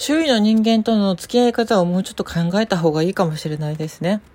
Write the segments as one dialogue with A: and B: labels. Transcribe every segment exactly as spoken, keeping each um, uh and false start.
A: 周囲の人間との付き合い方をもうちょっと考えた方がいいかもしれないですね。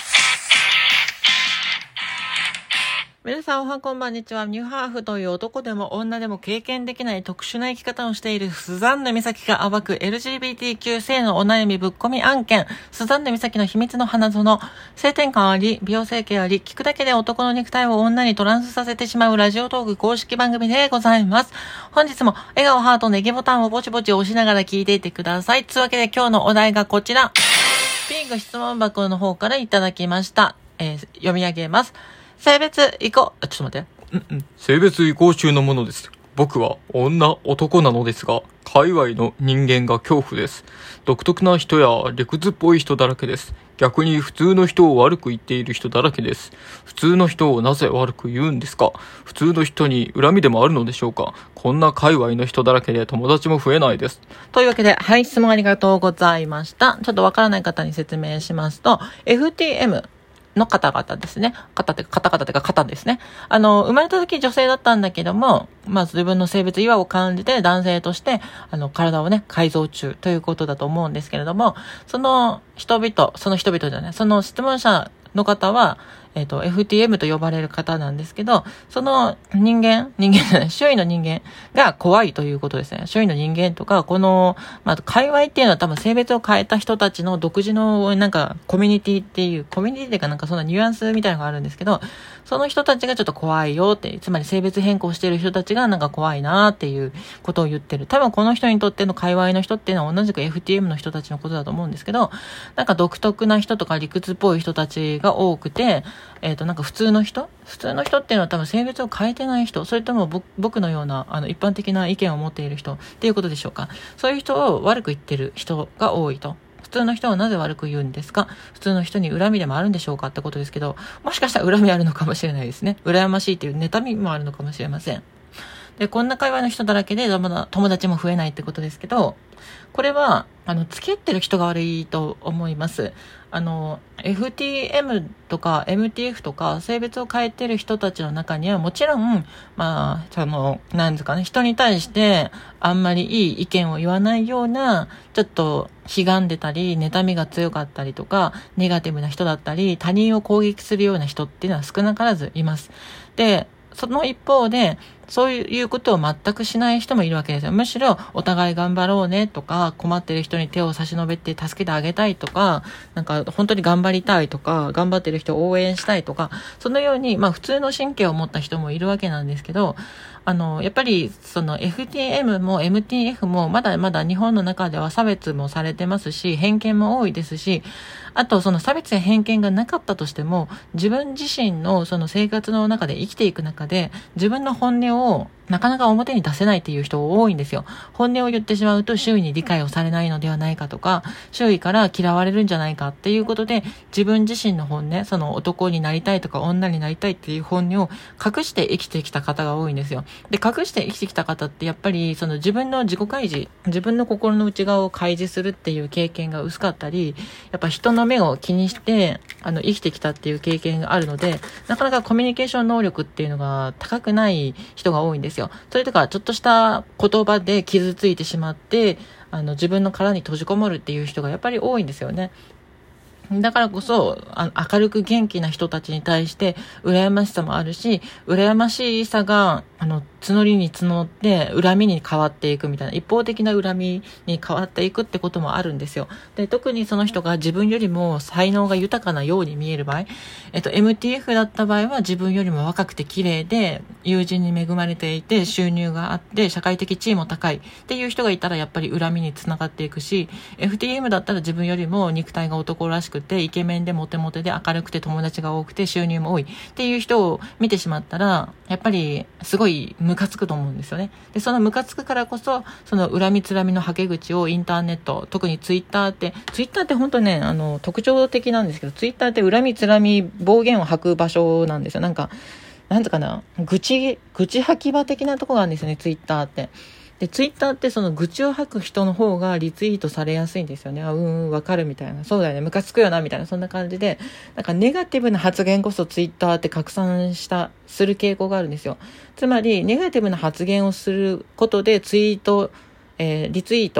A: 皆さんおはこんばんにちは。ニューハーフという男でも女でも経験できない特殊な生き方をしているスザンヌ美咲が暴く エルジービーティーキュー 性のお悩みぶっ込み案件。スザンヌ美咲の秘密の花園。性転換あり、美容整形あり、聞くだけで男の肉体を女にトランスさせてしまうラジオトーク公式番組でございます。本日も笑顔ハートネギボタンをぼちぼち押しながら聞いていってください。というわけで今日のお題がこちら。ピンク質問箱の方からいただきました。えー、読み上げます。性別移行、あ、ちょっと待って。
B: うんうん。性別移行中のものです。僕は女、男なのですが、界隈の人間が恐怖です。独特な人や理屈っぽい人だらけです。逆に普通の人を悪く言っている人だらけです。普通の人をなぜ悪く言うんですか？普通の人に恨みでもあるのでしょうか？こんな界隈の人だらけで友達も増えないです。
A: というわけで、はい、質問ありがとうございました。ちょっとわからない方に説明しますと、エフティーエム、の方々ですね。方って、方々ってか方ですね。あの、生まれた時女性だったんだけども、まあ自分の性別違和を感じて男性として、あの、体をね、改造中ということだと思うんですけれども、その人々、その人々じゃない、その質問者の方は、えっと、エフティーエム と呼ばれる方なんですけど、その人間、人間じゃない、周囲の人間が怖いということですね。周囲の人間とか、この、まあ、界隈っていうのは多分性別を変えた人たちの独自のなんかコミュニティっていう、コミュニティっていうかなんかそんなニュアンスみたいなのがあるんですけど、その人たちがちょっと怖いよって、つまり性別変更している人たちがなんか怖いなっていうことを言ってる。多分この人にとっての界隈の人っていうのは同じく エフティーエム の人たちのことだと思うんですけど、なんか独特な人とか理屈っぽい人たちが多くて、えっと、なんか普通の人普通の人っていうのは多分性別を変えてない人、それとも僕のようなあの一般的な意見を持っている人っていうことでしょうか。そういう人を悪く言ってる人が多いと。普通の人をなぜ悪く言うんですか？普通の人に恨みでもあるんでしょうかってことですけど、もしかしたら恨みあるのかもしれないですね。羨ましいっていう妬みもあるのかもしれません。で、こんな会話の人だらけで友達も増えないってことですけど、これは、あの、付き合ってる人が悪いと思います。あの、エフティーエム とか エムティーエフ とか性別を変えてる人たちの中にはもちろん、まあ、その、なんですかね、人に対してあんまりいい意見を言わないような、ちょっと、ひがんでたり、妬みが強かったりとか、ネガティブな人だったり、他人を攻撃するような人っていうのは少なからずいます。で、その一方で、そういうことを全くしない人もいるわけですよ。むしろ、お互い頑張ろうねとか、困ってる人に手を差し伸べて助けてあげたいとか、なんか本当に頑張りたいとか、頑張ってる人を応援したいとか、そのように、まあ普通の神経を持った人もいるわけなんですけど、あの、やっぱり、その エフティーエム も エムティーエフ もまだまだ日本の中では差別もされてますし、偏見も多いですし、あとその差別や偏見がなかったとしても、自分自身のその生活の中で生きていく中で、自分の本音をなかなか表に出せないっていう人多いんですよ。本音を言ってしまうと周囲に理解をされないのではないかとか、周囲から嫌われるんじゃないかっていうことで、自分自身の本音、その男になりたいとか女になりたいっていう本音を隠して生きてきた方が多いんですよ。で、隠して生きてきた方ってやっぱりその自分の自己開示、自分の心の内側を開示するっていう経験が薄かったり、やっぱ人の目を気にしてあの生きてきたっていう経験があるので、なかなかコミュニケーション能力っていうのが高くない人が多いんですよ。それとかちょっとした言葉で傷ついてしまってあの自分の殻に閉じこもるっていう人がやっぱり多いんですよね。だからこそあ明るく元気な人たちに対して羨ましさもあるし、羨ましさがあの募りに募って恨みに変わっていくみたいな、一方的な恨みに変わっていくってこともあるんですよ。で、特にその人が自分よりも才能が豊かなように見える場合、えっと エムティーエフ だった場合は自分よりも若くて綺麗で友人に恵まれていて収入があって社会的地位も高いっていう人がいたらやっぱり恨みにつながっていくし、 エフティーエム だったら自分よりも肉体が男らしくてイケメンでモテモテで明るくて友達が多くて収入も多いっていう人を見てしまったらやっぱりすごいムカつくと思うんですよね。で、そのムカつくからこそその恨みつらみのはけ口をインターネット、特にツイッターってツイッターって本当ねあの特徴的なんですけど、ツイッターって恨みつらみ暴言を吐く場所なんですよ。なんかなんとかな愚痴愚痴吐き場的なところがあるんですよね、ツイッターって。で、ツイッターってその愚痴を吐く人の方がリツイートされやすいんですよね。あ、うん、わかるみたいな。そうだよね。ムカつくよな、みたいな。そんな感じで、なんかネガティブな発言こそツイッターって拡散した、する傾向があるんですよ。つまり、ネガティブな発言をすることでツイート、えー、リツイートと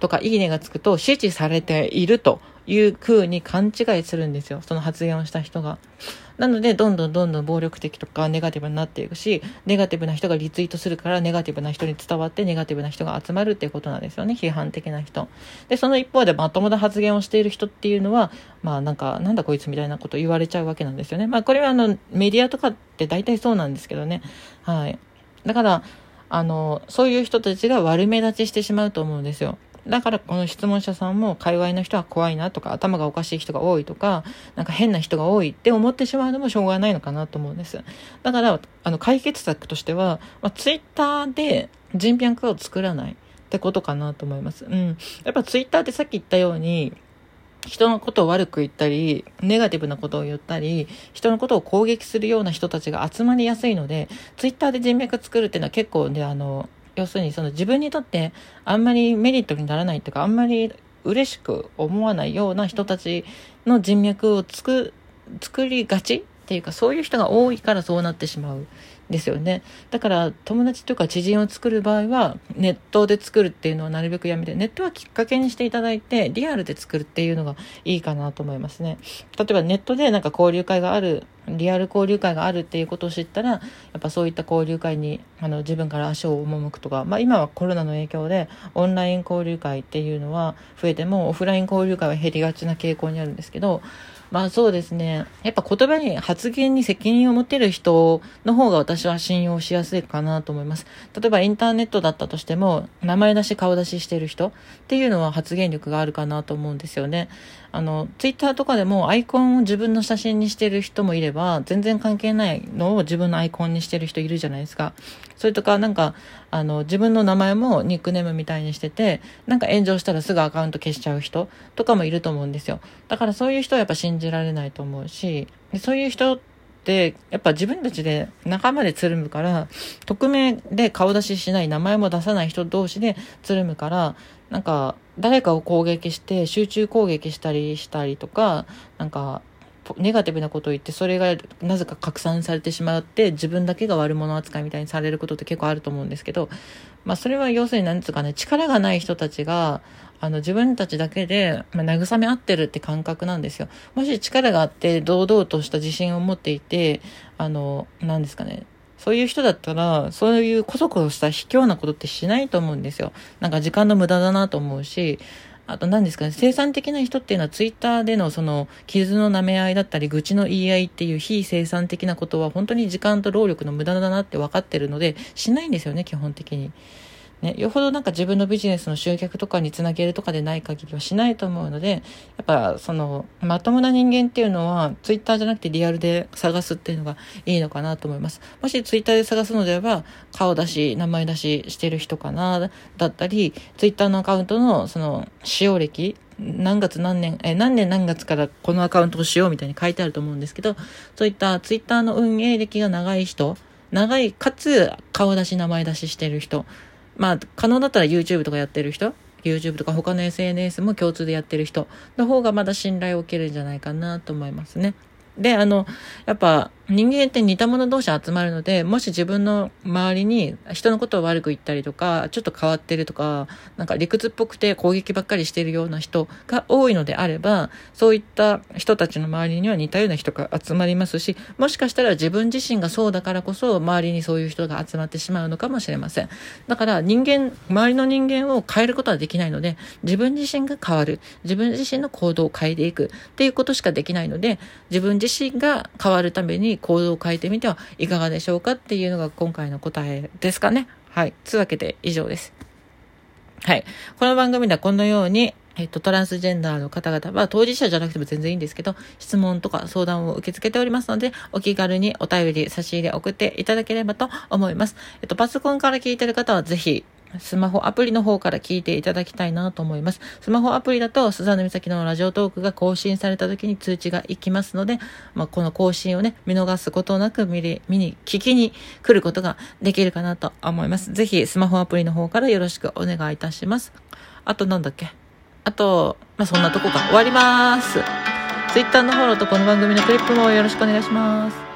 A: とかいいねがつくと支持されているという風に勘違いするんですよ、その発言をした人が。なのでどんどんどんどん暴力的とかネガティブになっていくし、ネガティブな人がリツイートするからネガティブな人に伝わってネガティブな人が集まるっていうことなんですよね、批判的な人で。その一方でまともな発言をしている人っていうのは、まあなんかなんだこいつみたいなこと言われちゃうわけなんですよね。まあこれはあのメディアとかって大体そうなんですけどね。はい。だからあのそういう人たちが悪目立ちしてしまうと思うんですよ。だからこの質問者さんも界隈の人は怖いなとか、頭がおかしい人が多いとか、なんか変な人が多いって思ってしまうのもしょうがないのかなと思うんです。だからあの解決策としては、まあ、ツイッターで人脈を作らないってことかなと思います。うん。やっぱツイッターってさっき言ったように、人のことを悪く言ったり、ネガティブなことを言ったり、人のことを攻撃するような人たちが集まりやすいので、ツイッターで人脈作るっていうのは結構ね、あの、要するにその自分にとってあんまりメリットにならないというか、あんまり嬉しく思わないような人たちの人脈をつく作りがちっていうか、そういう人が多いからそうなってしまうですよね。だから友達とか知人を作る場合はネットで作るっていうのはなるべくやめて、ネットはきっかけにしていただいてリアルで作るっていうのがいいかなと思いますね。例えばネットでなんか交流会がある、リアル交流会があるっていうことを知ったら、やっぱそういった交流会にあの自分から足を赴くとか、まあ今はコロナの影響でオンライン交流会っていうのは増えてもオフライン交流会は減りがちな傾向にあるんですけど、まあそうですね。やっぱ言葉に発言に責任を持てる人の方が私は信用しやすいかなと思います。例えばインターネットだったとしても、名前出し顔出ししてる人っていうのは発言力があるかなと思うんですよね。あの、ツイッターとかでもアイコンを自分の写真にしてる人もいれば、全然関係ないのを自分のアイコンにしてる人いるじゃないですか。それとかなんか、あの、自分の名前もニックネームみたいにしてて、なんか炎上したらすぐアカウント消しちゃう人とかもいると思うんですよ。だからそういう人はやっぱ信じられないと思うし、でそういう人ってやっぱ自分たちで仲間でつるむから、匿名で顔出ししない、名前も出さない人同士でつるむから、なんか誰かを攻撃して集中攻撃したりしたりとか、なんかネガティブなことを言って、それがなぜか拡散されてしまって、自分だけが悪者扱いみたいにされることって結構あると思うんですけど、まあそれは要するに何つうかね、力がない人たちがあの自分たちだけで、まあ、慰め合ってるって感覚なんですよ。もし力があって堂々とした自信を持っていて、あの何ですかね、そういう人だったらそういうこそこそした卑怯なことってしないと思うんですよ。なんか時間の無駄だなと思うし、あと何ですかね、生産的な人っていうのはツイッターでのその傷の舐め合いだったり愚痴の言い合いっていう非生産的なことは本当に時間と労力の無駄だなって分かってるのでしないんですよね、基本的に。ね、よほどなんか自分のビジネスの集客とかにつなげるとかでない限りはしないと思うので、やっぱそのまともな人間っていうのはツイッターじゃなくてリアルで探すっていうのがいいのかなと思います。もしツイッターで探すのであれば顔出し名前出ししてる人かなだったり、ツイッターのアカウントのその使用歴何月何年え何年何月からこのアカウントをしようみたいに書いてあると思うんですけど、そういったツイッターの運営歴が長い人、長いかつ顔出し名前出ししてる人、まあ可能だったら YouTube とかやってる人、 YouTube とか他の エスエヌエス も共通でやってる人の方がまだ信頼を受けるんじゃないかなと思いますね。で、あのやっぱ人間って似た者同士集まるので、もし自分の周りに人のことを悪く言ったりとか、ちょっと変わってるとか、なんか理屈っぽくて攻撃ばっかりしてるような人が多いのであれば、そういった人たちの周りには似たような人が集まりますし、もしかしたら自分自身がそうだからこそ周りにそういう人が集まってしまうのかもしれません。だから人間、周りの人間を変えることはできないので、自分自身が変わる、自分自身の行動を変えていくっていうことしかできないので、自分自身が変わるために行動を変えてみてはいかがでしょうかっていうのが今回の答えですかね。はい。というわけで以上です。はい。この番組ではこのように、えっと、トランスジェンダーの方々は当事者じゃなくても全然いいんですけど、質問とか相談を受け付けておりますので、お気軽にお便り、差し入れ送っていただければと思います。えっと、パソコンから聞いてる方はぜひ、スマホアプリの方から聞いていただきたいなと思います。スマホアプリだとスザンヌ美咲のラジオトークが更新された時に通知が行きますので、まあ、この更新をね見逃すことなく見れ見に聞きに来ることができるかなと思います。ぜひスマホアプリの方からよろしくお願いいたします。あとなんだっけあと、まあ、そんなとこか終わります。ツイッターのフォローとこの番組のクリップもよろしくお願いします。